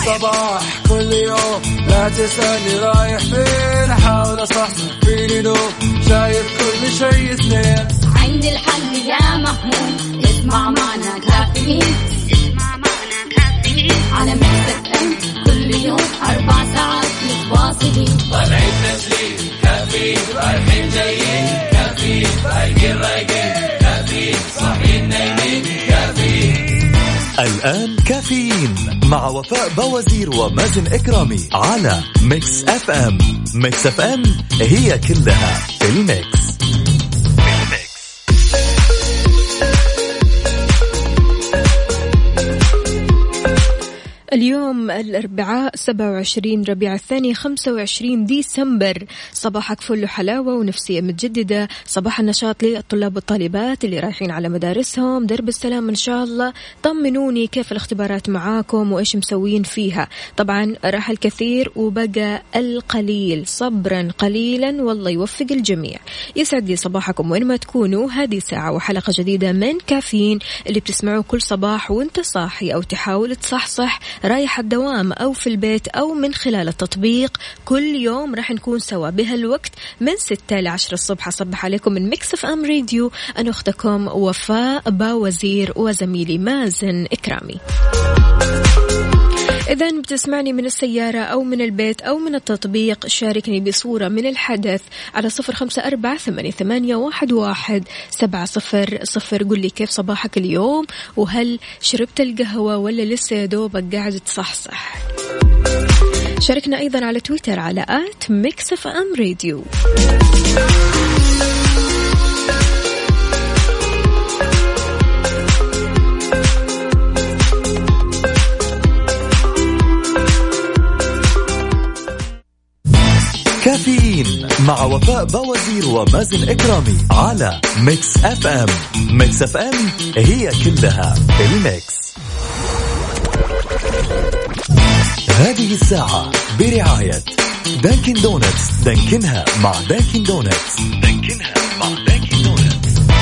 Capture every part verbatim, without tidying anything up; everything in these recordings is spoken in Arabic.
الصباح كل يوم، لا تسألني رايح فين، أحاول أصحصح فيني لو شايف كل شيء اثنين. عندي الحل يا محمود، اسمع معنا كافيين، اسمع معنا كافيين على ميكس اف ام كل يوم أربع ساعات متواصلين. طالعين تسليم كافيين، رايحين جايين كافيين، رايقين رايقين كافيين، صاحيين نايمين كافيين. الآن كافيين مع وفاء بوازير ومازن إكرامي على ميكس اف ام. ميكس اف ام هي كلها في الميكس. اليوم الأربعاء سبعة وعشرين ربيع الثاني خمسة وعشرين ديسمبر. صباحك فل حلاوة ونفسية متجددة، صباح النشاط للطلاب والطالبات اللي رايحين على مدارسهم، درب السلام إن شاء الله. طمنوني كيف الاختبارات معاكم وإيش مسوين فيها. طبعا راح الكثير وبقى القليل، صبرا قليلا والله يوفق الجميع. يسعد لي صباحكم وين ما تكونوا. هذه ساعة وحلقة جديدة من كافيين اللي بتسمعوه كل صباح وانت صاحي أو تحاول تصحصح رايح الدوام أو في البيت أو من خلال التطبيق. كل يوم راح نكون سوا بهالوقت من ستة لعشرة الصبح. أصبح عليكم من ميكس اف ام راديو، أنا أختكم وفاء باوزير وزميلي مازن إكرامي. إذن بتسمعني من السيارة أو من البيت أو من التطبيق، شاركني بصورة من الحدث على صفر خمسة أربعة ثمانية ثمانية واحد واحد سبعة صفر صفر. قل لي كيف صباحك اليوم، وهل شربت القهوة ولا لسه يا دوبك قاعد تصحصح. شاركنا أيضا على تويتر على آت ميكس اف ام راديو. كافيين مع وفاء بوازير ومازن إكرامي على ميكس اف ام. ميكس اف ام هي كلها الميكس. هذه الساعة برعاية دانكن دونتس. دانكنها مع دانكن دونتس. دانكنها مع دانكن دونتس.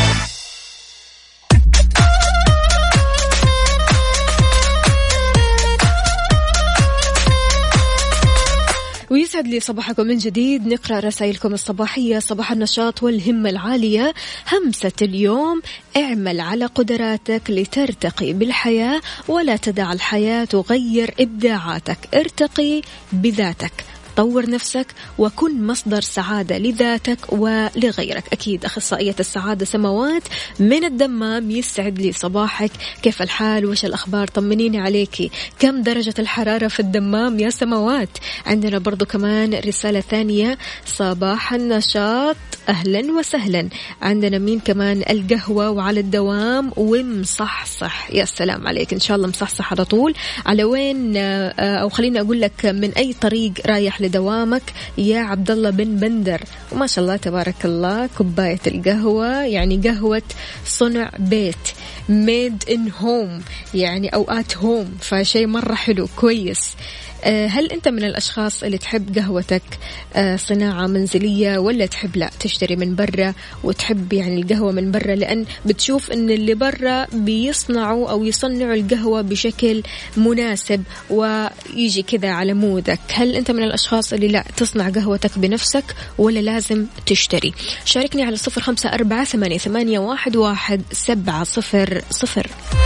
ويسعد لي صباحكم من جديد. نقرأ رسائلكم الصباحية. صباح النشاط والهمة العالية. همسة اليوم: اعمل على قدراتك لترتقي بالحياة ولا تدع الحياة تغير إبداعاتك. ارتقي بذاتك، طور نفسك وكن مصدر سعادة لذاتك ولغيرك. أكيد أخصائية السعادة سماوات من الدمام، يسعد لي صباحك. كيف الحال وش الأخبار؟ طمنيني عليكي. كم درجة الحرارة في الدمام يا سماوات؟ عندنا برضو كمان رسالة ثانية: صباح النشاط، أهلا وسهلا. عندنا مين كمان؟ القهوة وعلى الدوام ومصحصح. يا سلام عليك، إن شاء الله مصحصح على طول. على وين أو خليني أقول لك من أي طريق رايح دوامك يا عبد الله بن بندر؟ وما شاء الله تبارك الله، كوباية القهوة يعني قهوة صنع بيت، ميد ان هوم يعني أو آت هوم، فشي مرة حلو كويس. هل أنت من الأشخاص اللي تحب قهوتك صناعة منزلية ولا تحب لا تشتري من برا وتحب يعني القهوة من برا، لأن بتشوف أن اللي برا بيصنعوا أو يصنعوا القهوة بشكل مناسب ويجي كذا على مودك؟ هل أنت من الأشخاص اللي لا تصنع قهوتك بنفسك ولا لازم تشتري؟ شاركني على صفر خمسة أربعة ثمانية ثمانية واحد واحد سبعة صفر صفر.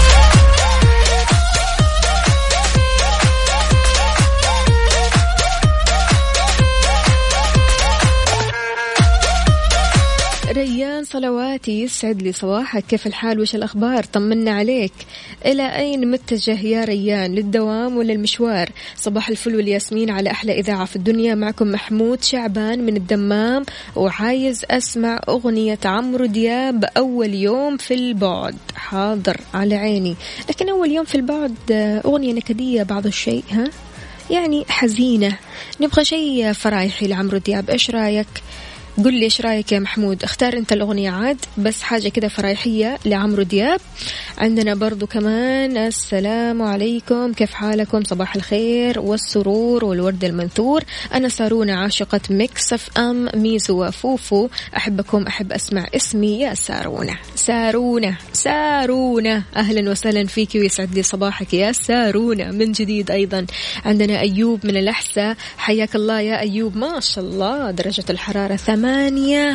ريان صلواتي، يسعد لي صباحك. كيف الحال وش الأخبار؟ طمنا عليك. إلى أين متجه يا ريان؟ للدوام ولا المشوار؟ صباح الفل والياسمين على أحلى إذاعة في الدنيا. معكم محمود شعبان من الدمام، وعايز أسمع أغنية عمرو دياب أول يوم في البعد. حاضر على عيني، لكن أول يوم في البعد أغنية نكدية بعض الشيء، ها يعني حزينة. نبغى شيء فرايحي لعمرو دياب، إيش رأيك؟ قل لي إيش رأيك يا محمود؟ اختار أنت الأغنية عاد، بس حاجة كده فرايحية لعمرو دياب. عندنا برضو كمان السلام عليكم، كيف حالكم؟ صباح الخير والسرور والورد المنثور. أنا سارونة عاشقة ميكس اف ام، ميزو وفوفو، أحبكم أحب أسمع اسمي يا سارونة. سارونة سارونة أهلا وسهلا فيك ويسعد لي صباحك يا سارونة من جديد. أيضا عندنا أيوب من الأحساء، حياك الله يا أيوب. ما شاء الله درجة الحرارة ثمانية.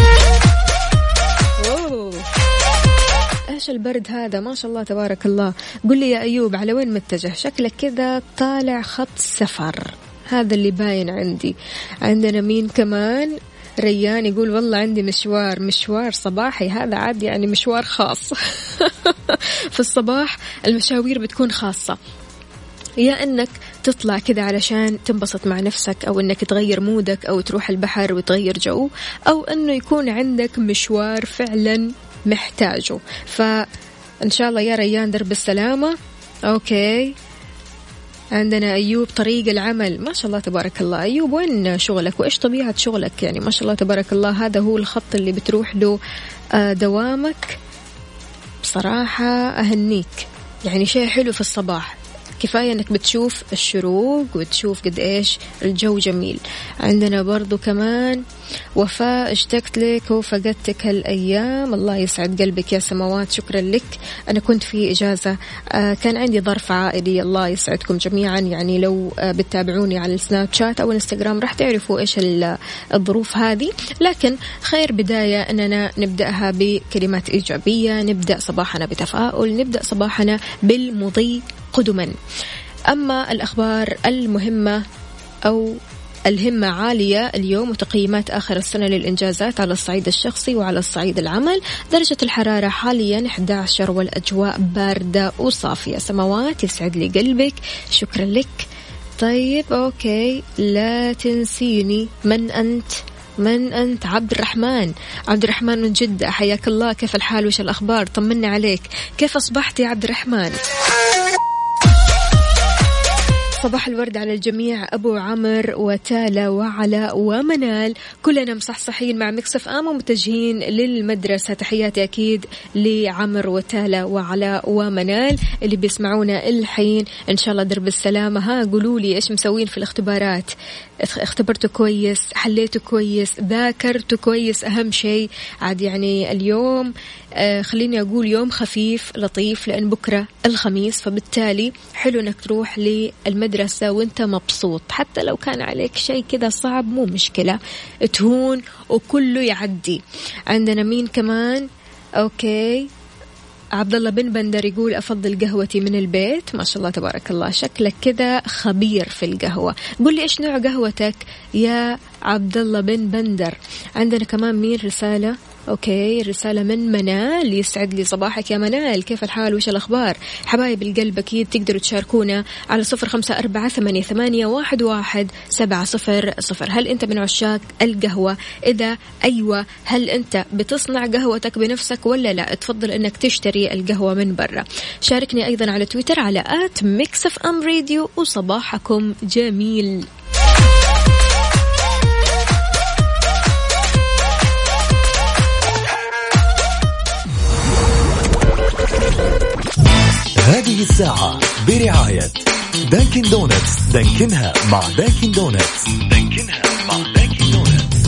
أوه. إيش البرد هذا؟ ما شاء الله تبارك الله. قل لي يا أيوب على وين متجه؟ شكلك كذا طالع خط سفر، هذا اللي باين عندي. عندنا مين كمان؟ ريان يقول والله عندي مشوار، مشوار صباحي هذا عاد يعني مشوار خاص. في الصباح المشاوير بتكون خاصة، يا أنك تطلع كذا علشان تنبسط مع نفسك، أو أنك تغير مودك، أو تروح البحر وتغير جو، أو أنه يكون عندك مشوار فعلا محتاجه. فإن شاء الله يا ريان درب السلامة. أوكي، عندنا أيوب طريق العمل، ما شاء الله تبارك الله. أيوب وين شغلك وإيش طبيعة شغلك؟ يعني ما شاء الله تبارك الله هذا هو الخط اللي بتروح له دوامك. بصراحة أهنيك، يعني شيء حلو في الصباح. كفاية أنك بتشوف الشروق وتشوف قد إيش الجو جميل. عندنا برضو كمان وفاء، اشتقت لك وفقدتك هالأيام. الله يسعد قلبك يا سماوات، شكرا لك. أنا كنت في إجازة، آه كان عندي ظرف عائلي. الله يسعدكم جميعا. يعني لو آه بتتابعوني على السناب شات أو الانستغرام راح تعرفوا إيش الظروف هذه. لكن خير بداية أننا نبدأها بكلمات إيجابية، نبدأ صباحنا بتفاؤل، نبدأ صباحنا بالمضي قدما. أما الأخبار المهمة أو الهمة عالية اليوم، وتقييمات آخر السنة للإنجازات على الصعيد الشخصي وعلى الصعيد العمل. درجة الحرارة حاليا أحد عشر والأجواء باردة وصافية. سماوات يسعد لي قلبك، شكرا لك. طيب أوكي، لا تنسيني. من أنت؟ من أنت؟ عبد الرحمن. عبد الرحمن من جدة، حياك الله. كيف الحال وش الأخبار؟ طمني عليك، كيف أصبحت يا عبد الرحمن؟ صباح الورد على الجميع، أبو عمر وتالا وعلاء ومنال، كلنا مصحصحين مع ميكس اف ام ومتجهين للمدرسة. تحياتي أكيد لعمر وتالا وعلاء ومنال اللي بيسمعونا الحين. إن شاء الله درب السلامة. ها قولوا لي إيش مسوين في الاختبارات؟ اختبرتوا كويس؟ حليتوا كويس؟ ذاكرتوا كويس؟ أهم شيء عاد يعني اليوم آه خليني أقول يوم خفيف لطيف، لأن بكرة الخميس، فبالتالي حلو أنك تروح للمدرسة وانت مبسوط. حتى لو كان عليك شيء كذا صعب مو مشكلة، تهون وكله يعدي. عندنا مين كمان؟ أوكي، عبد الله بن بندر يقول أفضل قهوتي من البيت. ما شاء الله تبارك الله، شكلك كذا خبير في القهوة. قل لي إيش نوع قهوتك يا عبد الله بن بندر. عندنا كمان مين رسالة؟ أوكي، رسالة من منال، يسعد لي صباحك يا منال. كيف الحال وش الأخبار؟ حبايب القلب أكيد تقدروا تشاركونا على صفر خمسة أربعة ثمانية ثمانية واحد واحد سبعة صفر صفر. هل أنت من عشاق القهوة؟ إذا أيوة، هل أنت بتصنع قهوتك بنفسك ولا لا تفضل أنك تشتري القهوة من برا؟ شاركني أيضا على تويتر على آت ميكس اف ام راديو. وصباحكم جميل. هذه الساعة برعاية دانكن دونتس. دانكنها مع دانكن دونتس. دانكنها مع دانكن دونتس.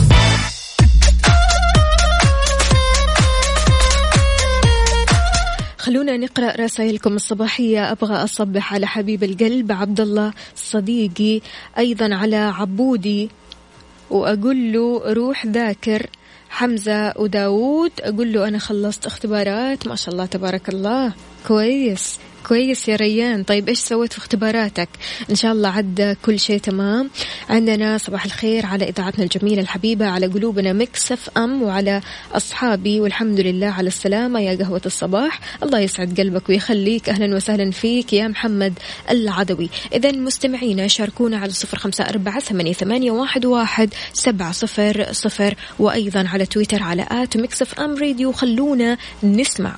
خلونا نقرأ رسائلكم الصباحية. أبغى أصبح على حبيب القلب عبد الله صديقي، أيضا على عبودي، وأقول له روح ذاكر. حمزة وداود أقول له أنا خلصت اختبارات. ما شاء الله تبارك الله، كويس كويس يا ريان. طيب إيش سويت في اختباراتك؟ إن شاء الله عدى كل شيء تمام. عندنا صباح الخير على إذاعتنا الجميلة الحبيبة، على قلوبنا ميكس اف ام، وعلى أصحابي، والحمد لله على السلامة يا قهوة الصباح. الله يسعد قلبك ويخليك. أهلا وسهلا فيك يا محمد العدوي. إذن مستمعينا شاركونا على صفر خمسة أربعة ثمانية ثمانية واحد واحد سبعة صفر صفر، وأيضا على تويتر على آت ميكس اف ام راديو. خلونا نسمع.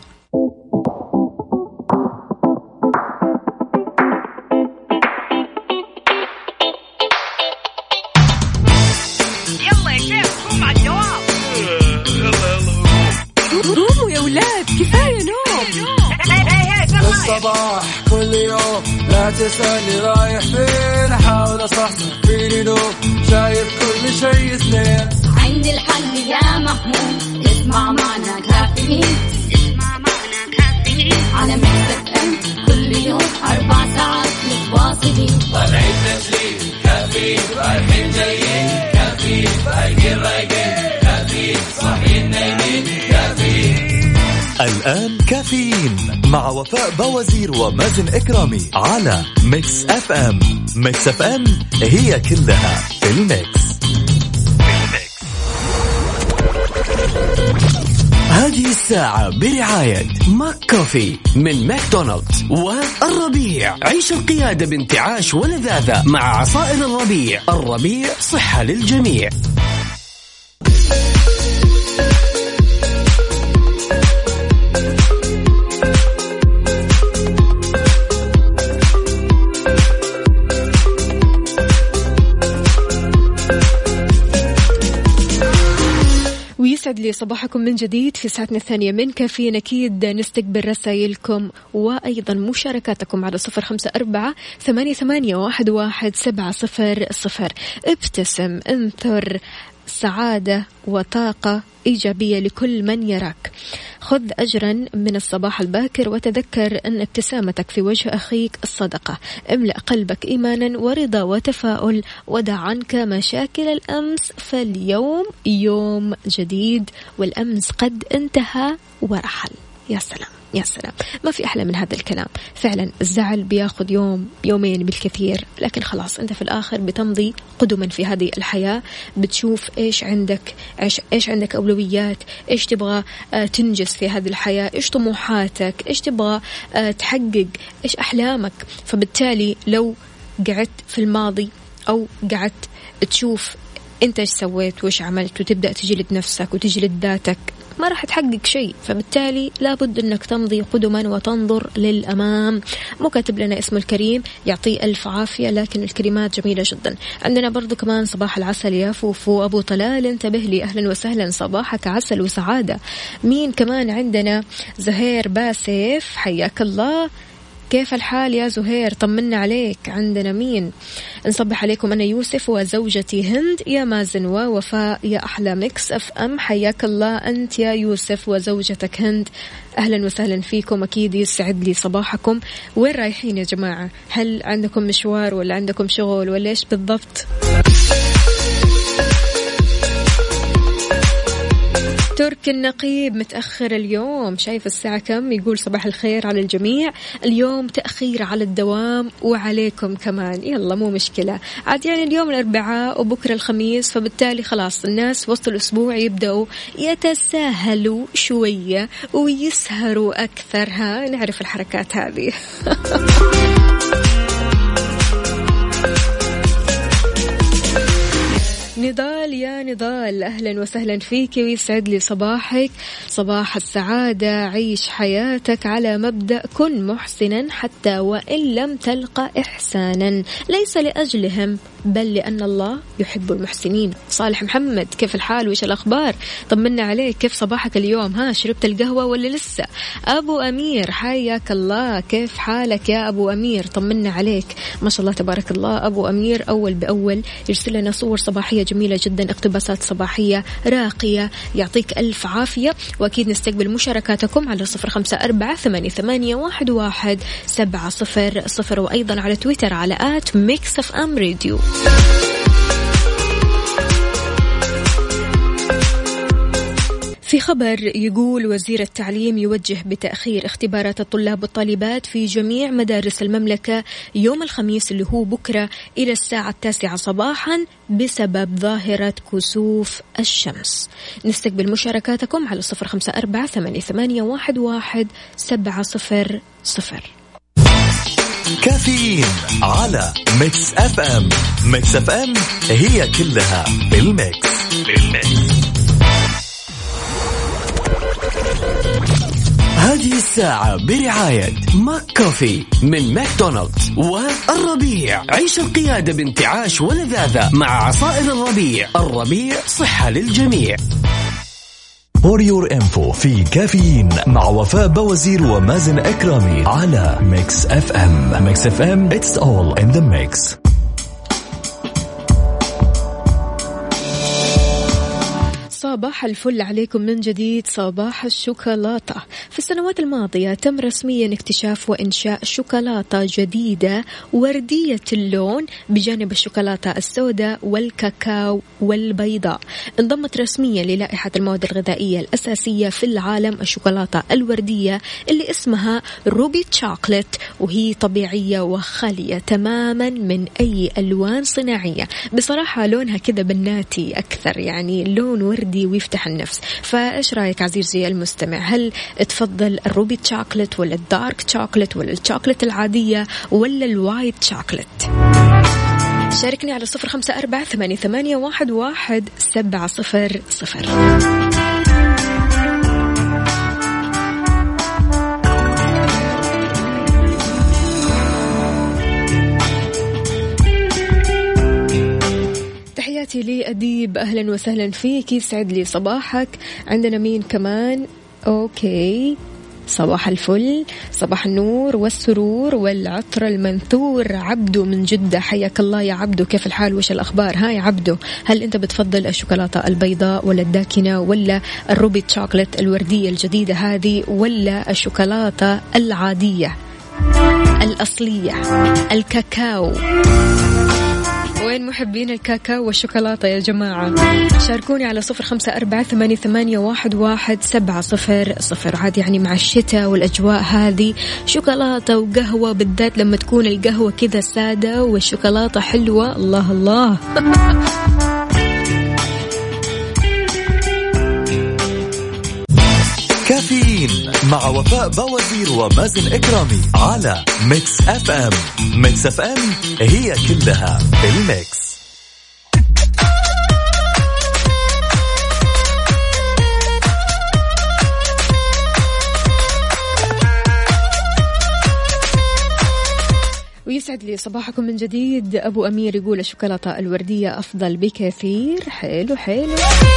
يلا يا شيخ قوم على الدوام. الصباح كل يوم لا تسألني رايح فين أحاول أصحصح فيني نوم شايف كل شيء سنين عندي الحل يا محمود اسمع معنا كافيين اسمع معنا كافيين على ميكس اف ام كل يوم أربع ساعات متواصلين طالعين تسليم كافيين رايحين جايين كافيين رايقين رايقين كافيين صاحيين نايمين كافيين. الآن كافيين مع وفاء بوازير ومازن إكرامي على ميكس اف ام. ميكس اف ام هي كلها في الميكس. هذه الساعة برعاية ماك كوفي من ماكدونالدز والربيع. عيش القيادة بانتعاش ولذاذة مع عصائر الربيع. الربيع صحة للجميع. يسعد لي صباحكم من جديد في ساعتنا الثانية من كافيين. أكيد نستقبل رسائلكم وأيضا مشاركاتكم على صفر خمسة أربعة ثمانية ثمانية واحد واحد سبعة صفر صفر. ابتسم انثر سعادة وطاقة إيجابية لكل من يراك. خذ أجرا من الصباح الباكر وتذكر أن ابتسامتك في وجه أخيك الصدقة. املأ قلبك إيمانا ورضا وتفاؤل ودع عنك مشاكل الأمس فاليوم يوم جديد والأمس قد انتهى ورحل. يا سلام يا سلام، ما في أحلى من هذا الكلام. فعلا الزعل بياخذ يوم يومين بالكثير، لكن خلاص أنت في الآخر بتمضي قدما في هذه الحياة. بتشوف إيش عندك، إيش إيش عندك أولويات، إيش تبغى آه تنجز في هذه الحياة، إيش طموحاتك، إيش تبغى آه تحقق، إيش أحلامك. فبالتالي لو قعدت في الماضي أو قعدت تشوف أنت إيش سويت وإيش عملت وتبدأ تجلد نفسك وتجلد ذاتك، ما راح تحقق شيء. فبالتالي لابد أنك تمضي قدما وتنظر للأمام. مو كاتب لنا اسم الكريم، يعطيه ألف عافية، لكن الكلمات جميلة جدا. عندنا برضو كمان صباح العسل يا فوفو أبو طلال، انتبه لي، أهلا وسهلا، صباحك عسل وسعادة. مين كمان عندنا؟ زهير باسف، حياك الله، كيف الحال يا زهير؟ طمنا عليك. عندنا مين؟ نصبح عليكم أنا يوسف وزوجتي هند، يا مازن ووفاء، يا أحلى ميكس أف أم. حياك الله أنت يا يوسف وزوجتك هند، أهلا وسهلا فيكم. أكيد يسعد لي صباحكم. وين رايحين يا جماعة؟ هل عندكم مشوار ولا عندكم شغل ولا إيش بالضبط؟ ترك النقيب متأخر اليوم، شايف الساعة كم؟ يقول صباح الخير على الجميع، اليوم تأخير على الدوام وعليكم كمان. يلا مو مشكلة عاد، يعني اليوم الأربعاء وبكرة الخميس، فبالتالي خلاص الناس وسط الأسبوع يبدأوا يتساهلوا شوية ويسهروا أكثر. ها نعرف الحركات هذه. نضال يا نضال، أهلا وسهلا فيك ويسعد لي صباحك، صباح السعادة. عيش حياتك على مبدأ كن محسنا حتى وإن لم تلقى إحسانا، ليس لأجلهم بل لأن الله يحب المحسنين. صالح محمد، كيف الحال وإيش الأخبار؟ طمنا عليك، كيف صباحك اليوم؟ ها شربت القهوة ولا لسه؟ أبو أمير حياك الله، كيف حالك يا أبو أمير؟ طمنا عليك. ما شاء الله تبارك الله أبو أمير أول بأول يرسل لنا صور صباحية جميلة جدا، اقتباسات صباحية راقية، يعطيك ألف عافية. وأكيد نستقبل مشاركاتكم على صفر خمسة أربعة ثمانية ثمانية واحد واحد سبعة صفر صفر، وأيضا على تويتر على آت ميكس أف أم راديو. في خبر يقول وزير التعليم يوجه بتأخير اختبارات الطلاب والطالبات في جميع مدارس المملكة يوم الخميس اللي هو بكرة إلى الساعة التاسعة صباحا بسبب ظاهرة كسوف الشمس. نستقبل مشاركاتكم على صفر خمسة أربعة ثمانية ثمانية واحد واحد سبعة صفر صفر. كافيين على ميكس اف ام. ميكس اف ام هي كلها بالميكس بالميكس. هذه الساعة برعاية ماك كوفي من ماكدونالدز والربيع. عيش القيادة بانتعاش ولذاذة مع عصائر الربيع. الربيع صحة للجميع. For your info في كافيين مع وفاء بوزير ومازن إكرامي على ميكس اف ام. ميكس اف ام it's all in the mix. صباح الفل عليكم من جديد. صباح الشوكولاتة. في السنوات الماضية تم رسميا اكتشاف وإنشاء شوكولاتة جديدة وردية اللون بجانب الشوكولاتة السوداء والكاكاو والبيضاء. انضمت رسميا للائحة المواد الغذائية الأساسية في العالم الشوكولاتة الوردية اللي اسمها روبي تشوكلت، وهي طبيعية وخالية تماما من أي ألوان صناعية. بصراحة لونها كذا بناتي أكثر، يعني لون وردي ويفتح النفس. فايش رايك عزيزي المستمع؟ هل تفضل الروبي تشوكلت ولا الدارك تشوكلت ولا الشوكلت العادية ولا الوايت تشوكلت؟ شاركني على صفر خمسة أربعة ثمانية ثمانية واحد واحد سبعة صفر صفر. تحياتي لي أديب، أهلا وسهلا فيك، يسعد لي صباحك. عندنا مين كمان؟ أوكي، صباح الفل، صباح النور والسرور والعطر المنثور. عبدو من جدة، حياك الله يا عبدو، كيف الحال وش الأخبار؟ هاي عبدو، هل أنت بتفضل الشوكولاتة البيضاء ولا الداكنة ولا الروبي تشوكلت الوردية الجديدة هذه ولا الشوكولاتة العادية الأصلية الكاكاو؟ وين محبين الكاكاو والشوكولاتة يا جماعة؟ شاركوني على صفر خمسة أربعة ثمانية ثمانية واحد واحد سبعة صفر صفر. عاد يعني مع الشتاء والأجواء هذه شوكولاتة وقهوة، بالذات لما تكون القهوة كذا سادة والشوكولاتة حلوة، الله الله. كافيين مع وفاء بوزير ومازن إكرامي على ميكس اف ام. ميكس اف ام هي كلها بالميكس. ويسعد لي صباحكم من جديد. أبو أمير يقول الشوكولاتة الوردية أفضل بكثير. حلو حلو.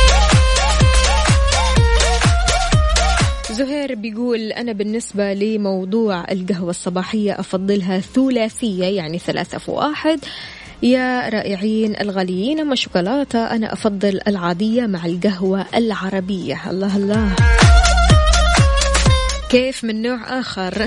زهير بيقول أنا بالنسبة لموضوع القهوة الصباحية أفضلها ثلاثية، يعني ثلاثة في واحد. يا رائعين الغاليين، أما الشوكولاتة أنا أفضل العادية مع القهوة العربية. الله الله، كيف من نوع آخر.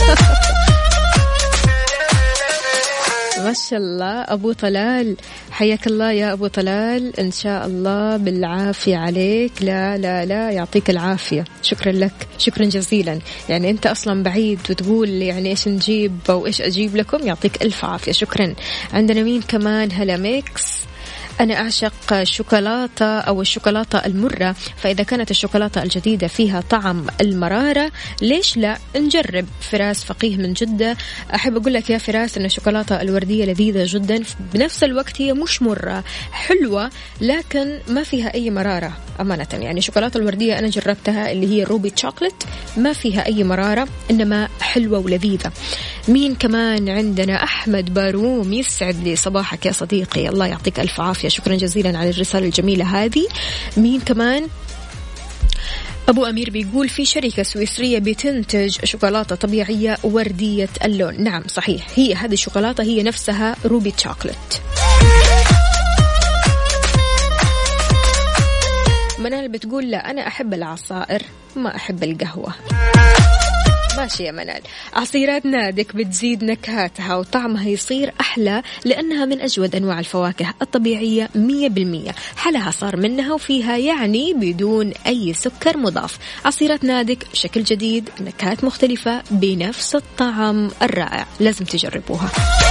ما شاء الله. أبو طلال، حياك الله يا أبو طلال، إن شاء الله بالعافية عليك. لا لا لا، يعطيك العافية، شكرا لك، شكرا جزيلا. يعني أنت أصلا بعيد وتقول يعني إيش نجيب أو إيش أجيب لكم، يعطيك ألف عافية، شكرا. عندنا مين كمان؟ هلا ميكس، أنا أعشق الشوكولاتة أو الشوكولاتة المرة، فإذا كانت الشوكولاتة الجديدة فيها طعم المرارة ليش لا نجرب. فراس فقيه من جدة، أحب أقول لك يا فراس أن الشوكولاتة الوردية لذيذة جدا، بنفس الوقت هي مش مرة، حلوة لكن ما فيها أي مرارة أمانة. يعني الشوكولاتة الوردية أنا جربتها اللي هي روبي تشوكلت، ما فيها أي مرارة، إنما حلوة ولذيذة. مين كمان عندنا؟ أحمد باروم، يسعد لي صباحك يا صديقي، الله يعطيك ألف عافية، شكرا جزيلا على الرسالة الجميلة هذه. مين كمان؟ أبو أمير بيقول في شركة سويسرية بتنتج شوكولاتة طبيعية وردية اللون. نعم صحيح، هي هذه الشوكولاتة هي نفسها روبي تشوكلت. منال بتقول لا أنا أحب العصائر ما أحب القهوة. ماشي يا منال. عصيرات نادك بتزيد نكهاتها وطعمها يصير أحلى لأنها من أجود أنواع الفواكه الطبيعية مية بالمية، حلها صار منها وفيها يعني بدون أي سكر مضاف. عصيرات نادك شكل جديد، نكهات مختلفة بنفس الطعم الرائع، لازم تجربوها.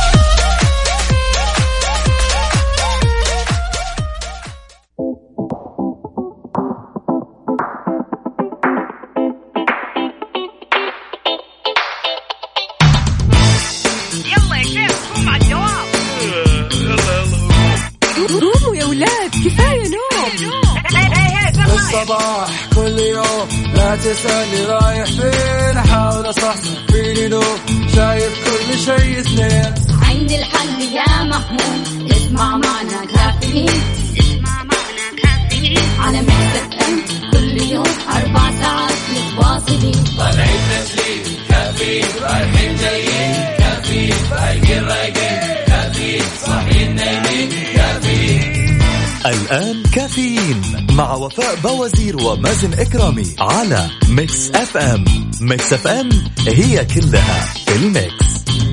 الصباح كل يوم لا تسألني رايح فين، أحاول أصحصح فيني لو شايف كل شيء اثنين. عندي الحل يا محمود، اسمع معنا كافيين، اسمع معنا كافيين على ميكس اف ام كل كل يوم أربع ساعات متواصلين. طالعين تسليم كافيين رايحين جايين كافيين رايقين رايقين كافيين صاحيين نايمين كافيين. الآن كافيين مع وفاء بوازير ومازن إكرامي على ميكس أف أم. ميكس أف أم هي كلها في الميكس.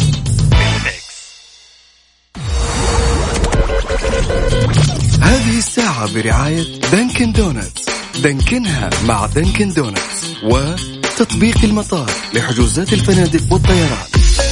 هذه الساعة برعاية دانكن دونتس. دانكنها مع دانكن دونتس وتطبيق المطار لحجوزات الفنادق والطيران.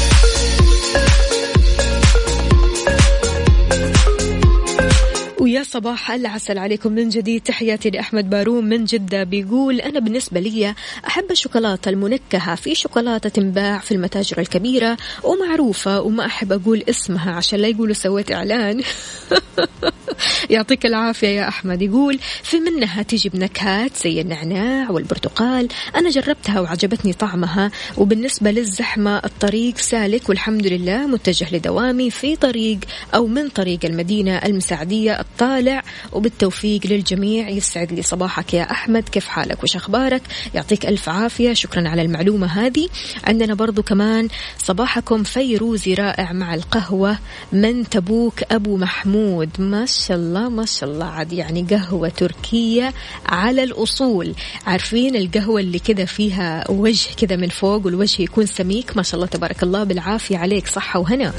ويا صباح العسل عليكم من جديد. تحياتي لأحمد باروم من جدة، بيقول أنا بالنسبة لي أحب الشوكولاتة المنكهة، في شوكولاتة تنباع في المتاجر الكبيرة ومعروفة وما أحب أقول اسمها عشان لا يقولوا سويت إعلان. يعطيك العافية يا أحمد. يقول في منها تيجي بنكهات زي النعناع والبرتقال، أنا جربتها وعجبتني طعمها. وبالنسبة للزحمة الطريق سالك والحمد لله، متجه لدوامي في طريق أو من طريق المدينة المساعدية الطالع، وبالتوفيق للجميع. يسعد لي صباحك يا أحمد، كيف حالك وش أخبارك؟ يعطيك ألف عافية، شكرا على المعلومة هذه. عندنا برضو كمان صباحكم فيروزي رائع مع القهوة من تبوك أبو محمود. ما شاء الله ما شاء الله، عاد يعني قهوة تركية على الأصول. عارفين القهوة اللي كذا فيها وجه كذا من فوق والوجه يكون سميك؟ ما شاء الله تبارك الله، بالعافية عليك، صحة وهنا.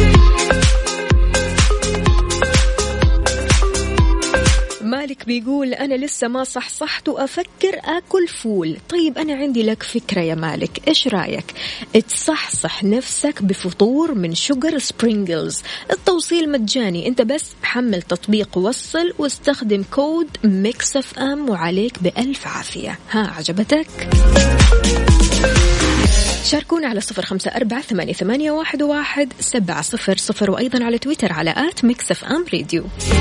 مالك بيقول أنا لسه ما صح صحت وأفكر أكل فول. طيب أنا عندي لك فكرة يا مالك، إيش رأيك تصحصح نفسك بفطور من شوجر سبرينجلز؟ التوصيل مجاني، أنت بس حمل تطبيق وصل واستخدم كود ميكس اف ام وعليك بألف عافية. ها عجبتك؟ شاركونا على صفر خمسة أربعة ثمانية ثمانية واحد واحد سبعة صفر صفر، وأيضا على تويتر على آت ميكس اف ام راديو.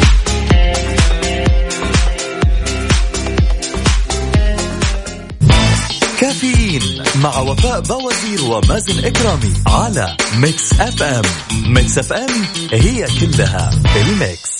كافيين مع وفاء بوازير ومازن إكرامي على ميكس أف أم. ميكس أف أم هي كلها في الميكس.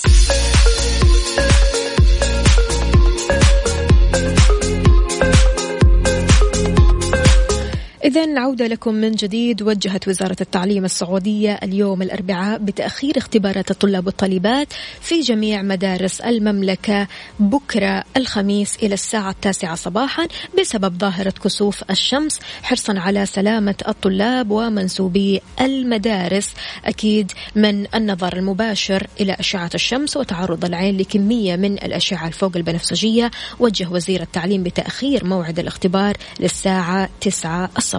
إذن عودة لكم من جديد. وجهت وزارة التعليم السعودية اليوم الأربعاء بتأخير اختبارات الطلاب والطالبات في جميع مدارس المملكة بكرة الخميس إلى الساعة التاسعة صباحا بسبب ظاهرة كسوف الشمس، حرصا على سلامة الطلاب ومنسوبي المدارس، أكيد من النظر المباشر إلى أشعة الشمس وتعرض العين لكمية من الأشعة الفوق البنفسجية. وجه وزير التعليم بتأخير موعد الاختبار للساعة تسعة الصباح.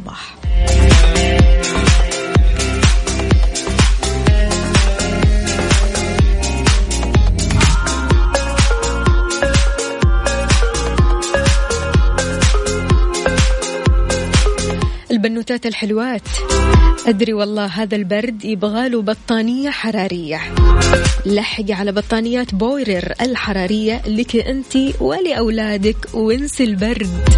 البنوتات الحلوات، أدري والله هذا البرد يبغاله بطانية حرارية. لحقي على بطانيات بويرر الحرارية لك أنتي ولأولادك وانسي البرد.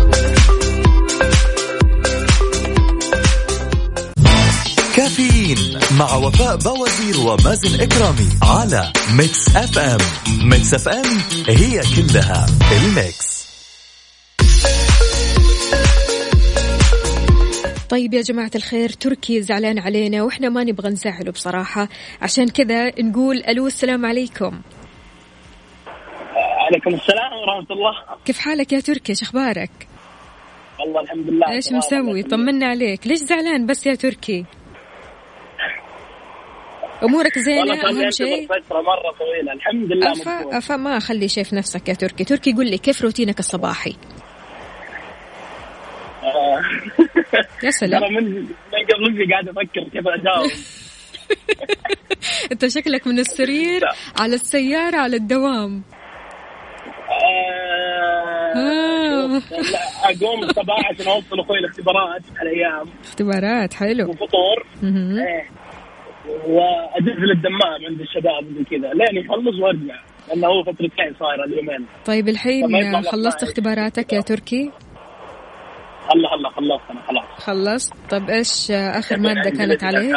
كافيين مع وفاء بوازير ومازن إكرامي على ميكس أف أم. ميكس أف أم هي كلها الميكس. طيب يا جماعة الخير، تركي زعلان علينا وإحنا ما نبغى نزعله بصراحة، عشان كذا نقول ألو السلام عليكم. عليكم السلام ورحمة الله. كيف حالك يا تركي؟ إيش أخبارك؟ والله الحمد لله. إيش مسوي؟ طمنا عليك. ليش زعلان بس يا تركي؟ أمورك زينة أهم شيء؟ فترة مرة طويلة الحمد لله. أفا, أفا ما أخلي شايف نفسك يا تركي. تركي قل لي كيف روتينك الصباحي؟ آه. يا سلام. أنا من قبل قاعد أفكر كيف أجاوب. أنت شكلك من السرير على السيارة على الدوام. آه. أقوم الصباح عشان أوصل أخوي الاختبارات هالأيام. اختبارات حلو. وفطور. إيه. وأدز للدمام عند الشباب زي كذا لين يخلص وارجع، لأنه هو فترة كاين صايرة اليومين. طيب الحين خلصت اختباراتك يا تركي؟ هلا هلا خلصت أنا خلاص. خلصت. طب إيش آخر مادة كانت عليك؟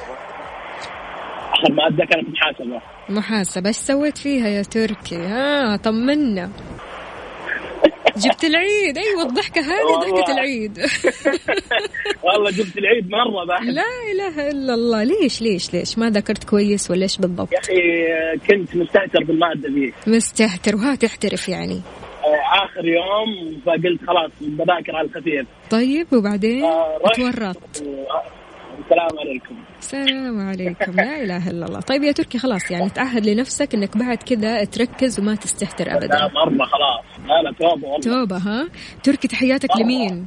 آخر مادة كانت محاسبة. محاسبة. إيش سويت فيها يا تركي؟ ها طمنا. جبت العيد. أيوة الضحكة هذه ضحكة العيد. والله جبت العيد مرة بحب. لا إله إلا الله. ليش ليش ليش ما ذكرت كويس ولا إيش بالضبط؟ يا أخي كنت مستهتر بالمادة دي. مستهتر وها تحترف يعني. آخر يوم فقلت خلاص بذاكر على الخفيف. طيب وبعدين آه تورطت. السلام عليكم. السلام عليكم. لا إله إلا الله. طيب يا تركي خلاص يعني تعهد لنفسك إنك بعد كذا تركز وما تستهتر أبدا. لا مرة خلاص. لا لا توبة والله. توبة ها. تركي تحياتك مرة. لمين؟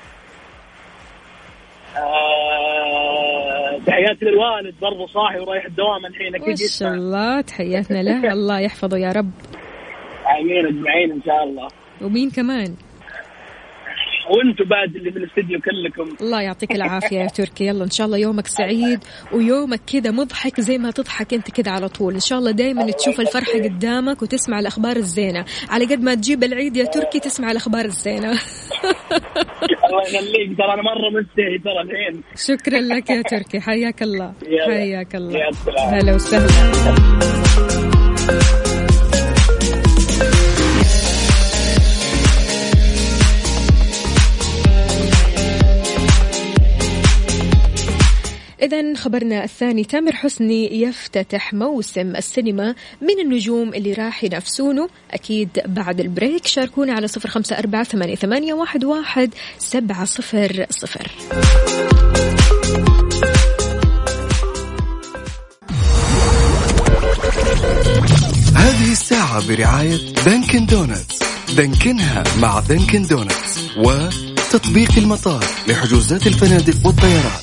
آه... تحياتي للوالد برضو صاحي ورايح الدوام الحين أكيد. ما شاء الله تحياتنا له. الله يحفظه يا رب. آمين أجمعين إن شاء الله. ومين كمان؟ وانتم بعد اللي بالاستديو كلكم. الله يعطيك العافية يا تركي. يلا إن شاء الله يومك سعيد ويومك كذا مضحك زي ما تضحك أنت كذا على طول. إن شاء الله دايما تشوف الفرحة قدامك وتسمع الأخبار الزينة. على قد ما تجيب العيد يا تركي تسمع الأخبار الزينة. الله يخليك. ترى أنا مرة مستحي ترى الحين. شكرا لك يا تركي. حياك الله. حياك الله. الله. هلا وسهلا. إذن خبرنا الثاني، تامر حسني يفتتح موسم السينما من النجوم اللي راح ينافسونه أكيد بعد البريك. شاركونا على صفر خمسة أربعة ثمانية ثمانية واحد واحد سبعة صفر صفر. هذه الساعة برعاية دانكن دونتس. دانكنها مع دانكن دونتس وتطبيق المطار لحجوزات الفنادق والطيران.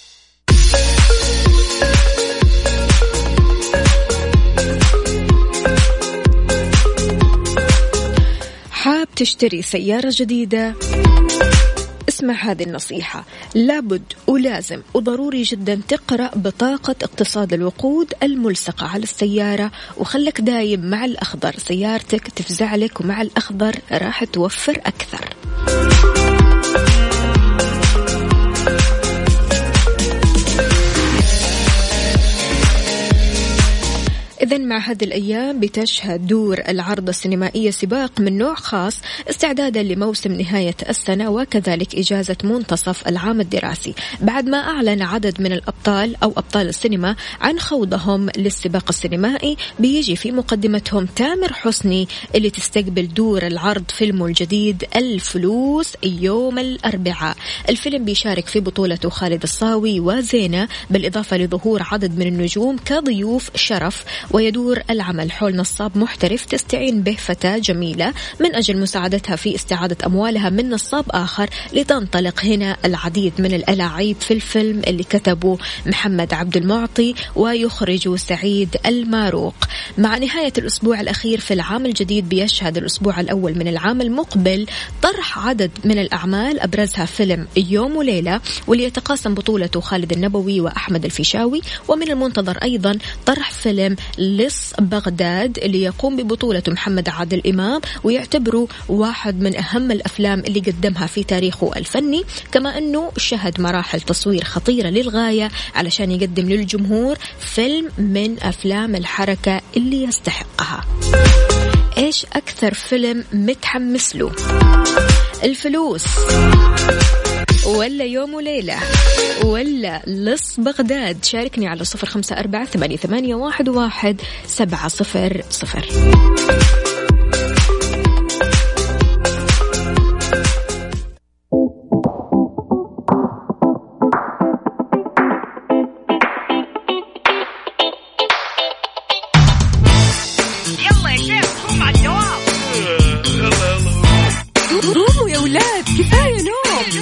حاب تشتري سيارة جديدة؟ اسمع هذه النصيحة، لابد ولازم وضروري جدا تقرأ بطاقة اقتصاد الوقود الملصقة على السيارة، وخلك دايم مع الأخضر. سيارتك تفزع لك ومع الأخضر راح توفر أكثر. إذن مع هذه الأيام بتشهد دور العرض السينمائية سباق من نوع خاص استعدادا لموسم نهاية السنة وكذلك إجازة منتصف العام الدراسي، بعد ما أعلن عدد من الأبطال أو أبطال السينما عن خوضهم للسباق السينمائي. بيجي في مقدمتهم تامر حسني اللي تستقبل دور العرض فيلمه الجديد الفلوس يوم الأربعاء. الفيلم بيشارك في بطولته خالد الصاوي وزينة، بالإضافة لظهور عدد من النجوم كضيوف شرف. ويدور العمل حول نصاب محترف تستعين به فتاة جميلة من أجل مساعدتها في استعادة أموالها من نصاب آخر، لتنطلق هنا العديد من الألاعيب في الفيلم اللي كتبه محمد عبد المعطي ويخرجه سعيد الماروق. مع نهاية الأسبوع الأخير في العام الجديد بيشهد الأسبوع الأول من العام المقبل طرح عدد من الأعمال أبرزها فيلم يوم وليلة واللي يتقاسم بطولته خالد النبوي وأحمد الفيشاوي. ومن المنتظر أيضا طرح فيلم لص بغداد اللي يقوم ببطولة محمد عادل إمام ويعتبره واحد من أهم الأفلام اللي قدمها في تاريخه الفني، كما أنه شهد مراحل تصوير خطيرة للغاية علشان يقدم للجمهور فيلم من أفلام الحركة اللي يستحقها. إيش أكثر فيلم متحمس له؟ الفلوس ولا يوم وليلة ولا لص بغداد؟ شاركني على صفر خمسة أربعة ثمانية ثمانية واحد واحد سبعة صفر صفر. يلا يا شيخ قوم على الدوام. قوموا يا ولاد كفاية نوم.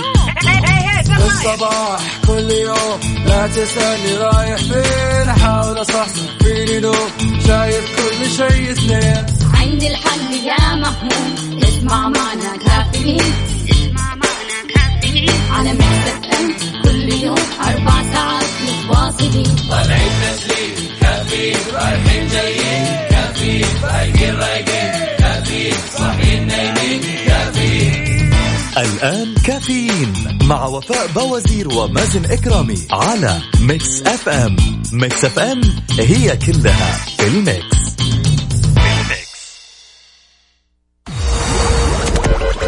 الصباح كل يوم لا تسألني رايح فين، أحاول أصحصح فيني لو شايف كل شيء اثنين. عندي الحل يا محمود، اسمع معنا كافيين، اسمع معنا كافيين على مكتب أم كل يوم أربع ساعات متواصلين. طالعين تسليم كافيين، رايحين جايين كافيين، فايقين رايقين كافيين، صاحيين نايمين كافيين. الآن كافيين مع وفاء بوازير ومازن إكرامي على ميكس أف أم. ميكس أف أم هي كلها في الميكس.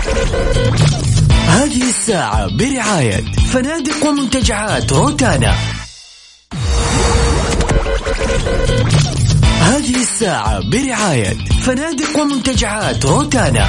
الساعة برعاية فنادق ومنتجعات روتانا. هذه الساعة برعاية فنادق ومنتجعات روتانا.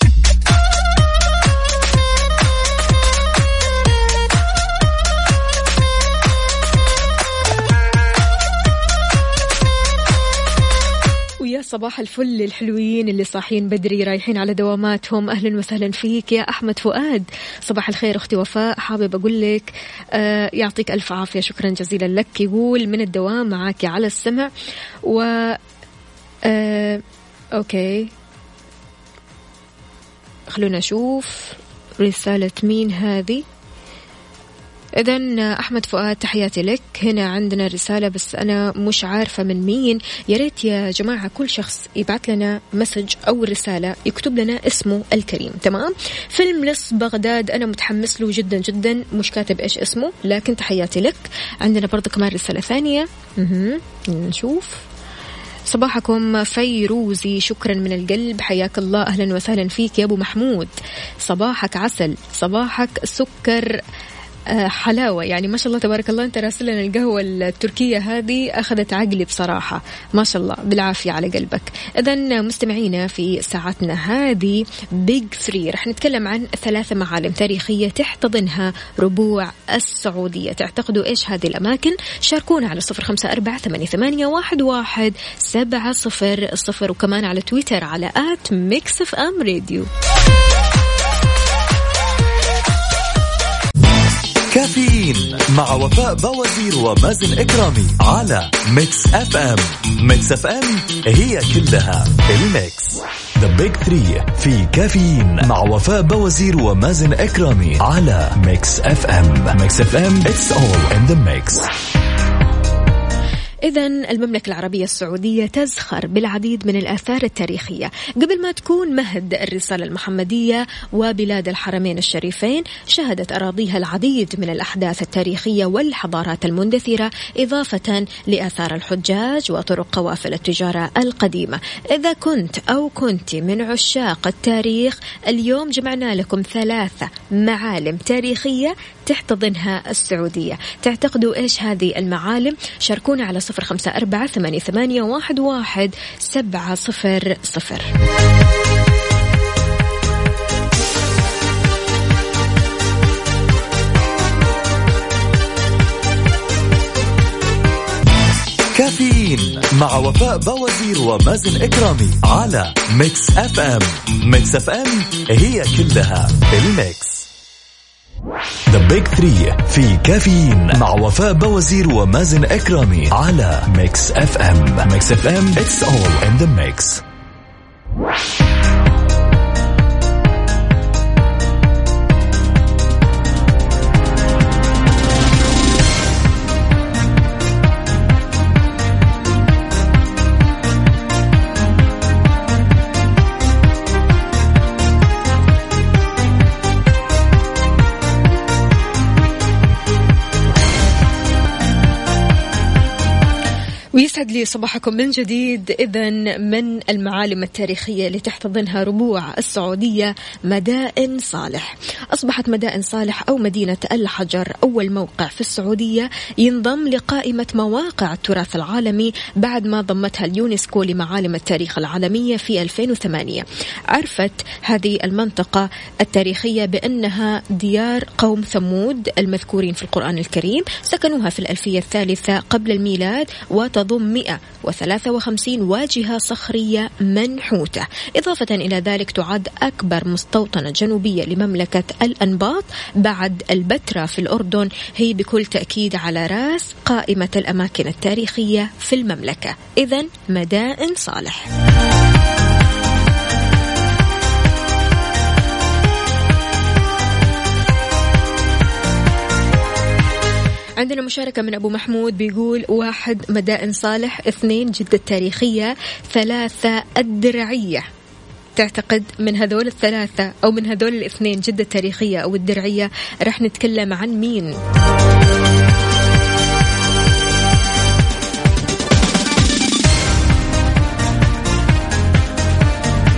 ويا صباح الفل الحلوين اللي صاحين بدري رايحين على دواماتهم، أهلا وسهلا فيك يا أحمد فؤاد. صباح الخير أختي وفاء، حابب أقول لك آه يعطيك ألف عافية، شكرا جزيلا لك. يقول من الدوام معك على السمع و آه أوكي خلونا نشوف رسالة مين هذه. إذن أحمد فؤاد تحياتي لك. هنا عندنا رسالة بس أنا مش عارفة من مين. يا ريت يا جماعة كل شخص يبعث لنا مسج أو رسالة يكتب لنا اسمه الكريم. تمام. فيلم لص بغداد أنا متحمس له جدا جدا، مش كاتب إيش اسمه لكن تحياتي لك. عندنا برضو كمان رسالة ثانية مه. نشوف. صباحكم فيروزي، شكرا من القلب، حياك الله، أهلا وسهلا فيك يا أبو محمود. صباحك عسل، صباحك سكر حلاوة، يعني ما شاء الله تبارك الله. انت راسلنا القهوة التركية هذه أخذت عقلي بصراحة، ما شاء الله، بالعافية على قلبك. إذن مستمعينا في ساعتنا هذه بيج ثري رح نتكلم عن ثلاثة معالم تاريخية تحتضنها ربوع السعودية. تعتقدوا إيش هذه الأماكن؟ شاركونا على صفر خمسة أربعة ثمانية ثمانية واحد واحد سبعة صفر صفر، وكمان على تويتر على آت ميكس اف ام راديو. كافيين مع وفاء بوازير ومازن إكرامي على ميكس اف ام. ميكس اف ام هي كلها الميكس. The Big Three في كافيين مع وفاء بوازير ومازن إكرامي على ميكس اف ام. ميكس اف ام it's all in the mix. إذن المملكة العربية السعودية تزخر بالعديد من الآثار التاريخية. قبل ما تكون مهد الرسالة المحمدية وبلاد الحرمين الشريفين، شهدت أراضيها العديد من الأحداث التاريخية والحضارات المندثرة، إضافة لآثار الحجاج وطرق قوافل التجارة القديمة. إذا كنت أو كنت من عشاق التاريخ، اليوم جمعنا لكم ثلاثة معالم تاريخية تحتضنها السعودية. تعتقدوا إيش هذه المعالم؟ شاركونا على صفر خمسة أربعة ثمانية ثمانية واحد واحد سبعة صفر صفر. كافيين مع وفاء بوازير ومازن إكرامي على ميكس اف ام. ميكس اف ام هي كلها الميكس. The Big Three في كافيين مع وفاء بوازير ومازن إكرامي على ميكس اف ام. ميكس اف ام it's all in the mix. ويسعد لي صباحكم من جديد. إذن من المعالم التاريخية اللي تحتضنها ربوع السعودية مدائن صالح. أصبحت مدائن صالح أو مدينة الحجر أول موقع في السعودية ينضم لقائمة مواقع التراث العالمي بعد ما ضمتها اليونسكو لمعالم التاريخ العالمية في ألفين وثمانية. عرفت هذه المنطقة التاريخية بأنها ديار قوم ثمود المذكورين في القرآن الكريم، سكنوها في الألفية الثالثة قبل الميلاد، وتضم مئة وثلاثة وخمسين واجهة صخرية منحوتة. إضافة إلى ذلك تعد أكبر مستوطنة جنوبية لمملكة الأنباط بعد البتراء في الأردن. هي بكل تأكيد على رأس قائمة الأماكن التاريخية في المملكة. إذن مدائن صالح. عندنا مشاركة من أبو محمود بيقول: واحد مدائن صالح، اثنين جدة التاريخية، ثلاثة الدرعية. تعتقد من هذول الثلاثة أو من هذول الاثنين جدة التاريخية أو الدرعية رح نتكلم عن مين؟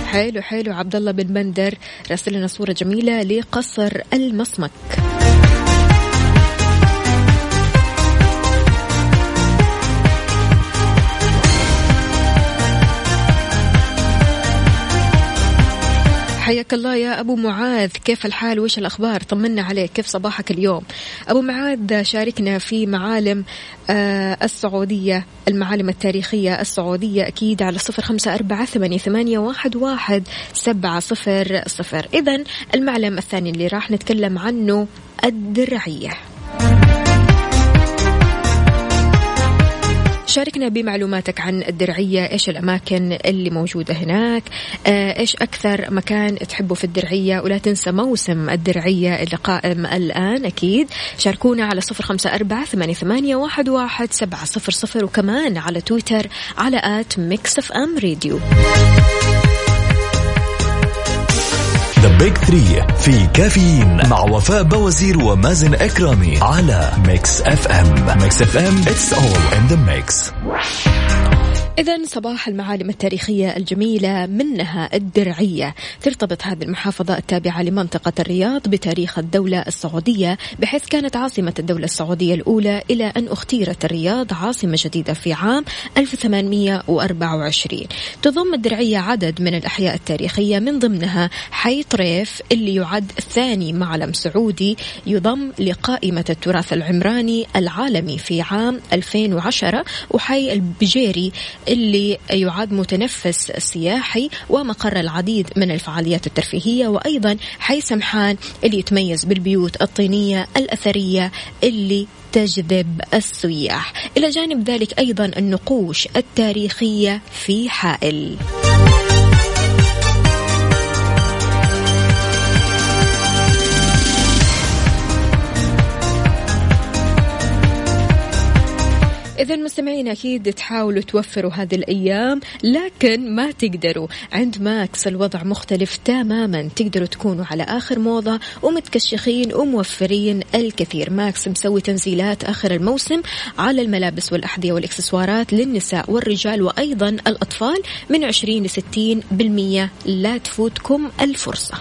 حلو حلو. عبد الله بن بندر راسل لنا صورة جميلة لقصر المصمك. حياك الله يا أبو معاذ، كيف الحال وإيش الأخبار؟ طمنا عليك، كيف صباحك اليوم؟ أبو معاذ شاركنا في معالم آه السعودية، المعالم التاريخية السعودية أكيد على صفر خمسة أربعة ثمانية ثمانية واحد واحد سبعة صفر صفر. إذن المعلم الثاني اللي راح نتكلم عنه الدرعية. شاركنا بمعلوماتك عن الدرعية، إيش الأماكن اللي موجودة هناك، إيش أكثر مكان تحبه في الدرعية، ولا تنسى موسم الدرعية اللي قائم الآن أكيد. شاركونا على صفر خمسة أربعة ثمانية ثمانية واحد واحد سبعة صفر صفر، وكمان على تويتر على آت ميكس أف أم راديو. The Big Three في كافيين مع وفاء بوزير ومازن إكرامي على ميكس أف أم. ميكس أف أم It's all in the mix. إذن صباح المعالم التاريخية الجميلة، منها الدرعية. ترتبط هذه المحافظة التابعة لمنطقة الرياض بتاريخ الدولة السعودية، بحيث كانت عاصمة الدولة السعودية الأولى إلى أن اختيرت الرياض عاصمة جديدة في عام ألف وثمانمئة وأربعة وعشرين. تضم الدرعية عدد من الأحياء التاريخية، من ضمنها حي طريف اللي يعد ثاني معلم سعودي يضم لقائمة التراث العمراني العالمي في عام ألفين وعشرة، وحي البجيري اللي يعد متنفس سياحي ومقر العديد من الفعاليات الترفيهية، وأيضا حي سمحان اللي يتميز بالبيوت الطينية الأثرية اللي تجذب السياح. إلى جانب ذلك أيضا النقوش التاريخية في حائل. إذا مستمعين أكيد تحاولوا توفروا هذه الأيام، لكن ما تقدروا. عند ماكس الوضع مختلف تماما، تقدروا تكونوا على آخر موضة ومتكشخين وموفرين الكثير. ماكس مسوي تنزيلات آخر الموسم على الملابس والأحذية والإكسسوارات للنساء والرجال وأيضا الأطفال من عشرين لستين بالمية. لا تفوتكم الفرصة.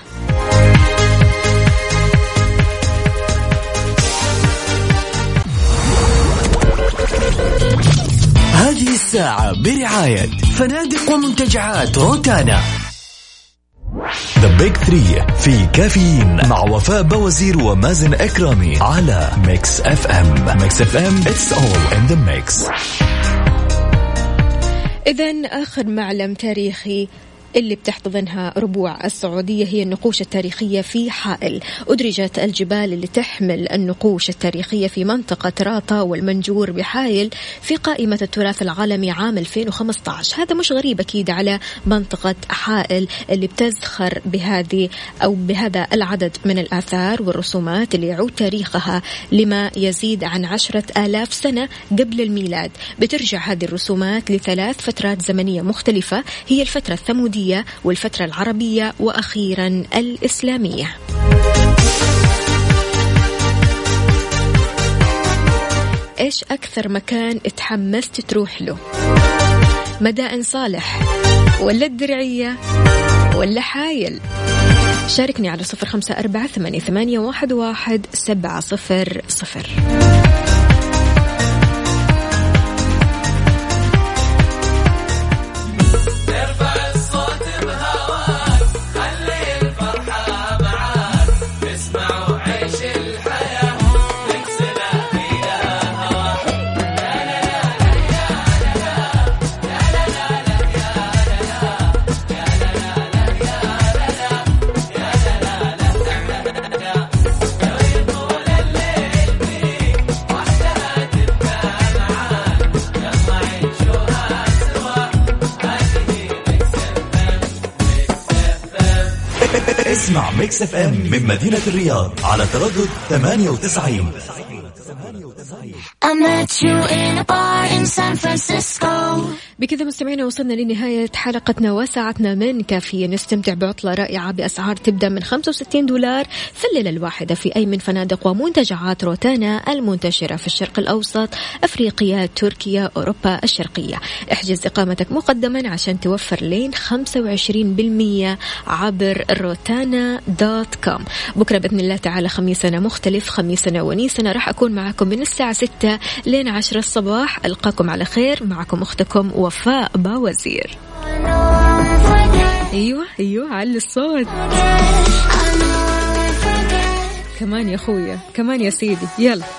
هذه الساعة برعاية فنادق ومنتجعات روتانا. The Big Three في كافيين مع وفاء بوزير ومازن إكرامي على ميكس أف أم. ميكس أف أم It's all in the mix. إذن آخر معلم تاريخي اللي بتحتضنها ربوع السعودية هي النقوش التاريخية في حائل. أدرجت الجبال اللي تحمل النقوش التاريخية في منطقة راطة والمنجور بحائل في قائمة التراث العالمي عام ألفين وخمسة عشر. هذا مش غريب أكيد على منطقة حائل اللي بتزخر بهذه أو بهذا العدد من الآثار والرسومات اللي يعود تاريخها لما يزيد عن عشرة آلاف سنة قبل الميلاد. بترجع هذه الرسومات لثلاث فترات زمنية مختلفة، هي الفترة الثمودية والفترة العربية وأخيرا الإسلامية. إيش أكثر مكان اتحمست تروح له؟ مدائن صالح ولا الدرعية ولا حايل؟ شاركني على صفر خمسة أربعة ثمانية ثمانية واحد واحد سبعة صفر صفر. اسمع ميكس اف ام من مدينة الرياض على تردد ثمانية وتسعين. I met you in a bar in San Francisco. بكذا مستمعينا وصلنا لنهاية حلقتنا وساعتنا من كافية. نستمتع بعطلة رائعة بأسعار تبدأ من خمسة وستين دولار في الليلة الواحدة في أي من فنادق ومنتجعات روتانا المنتشرة في الشرق الأوسط، أفريقيا، تركيا، أوروبا الشرقية. احجز إقامتك مقدما عشان توفر لين خمسة وعشرين بالمية عبر روتانا دوت كوم. بكرة بإذن الله تعالى خميسنا مختلف، خميسنا ونيسنا، راح أكون معكم من الساعة ستة لين عشرة الصباح. ألقاكم على خير، معكم أختكم وفاء باوزير. أيوة أيوة على الصوت كمان يا أخويا، كمان يا سيدي، يلا.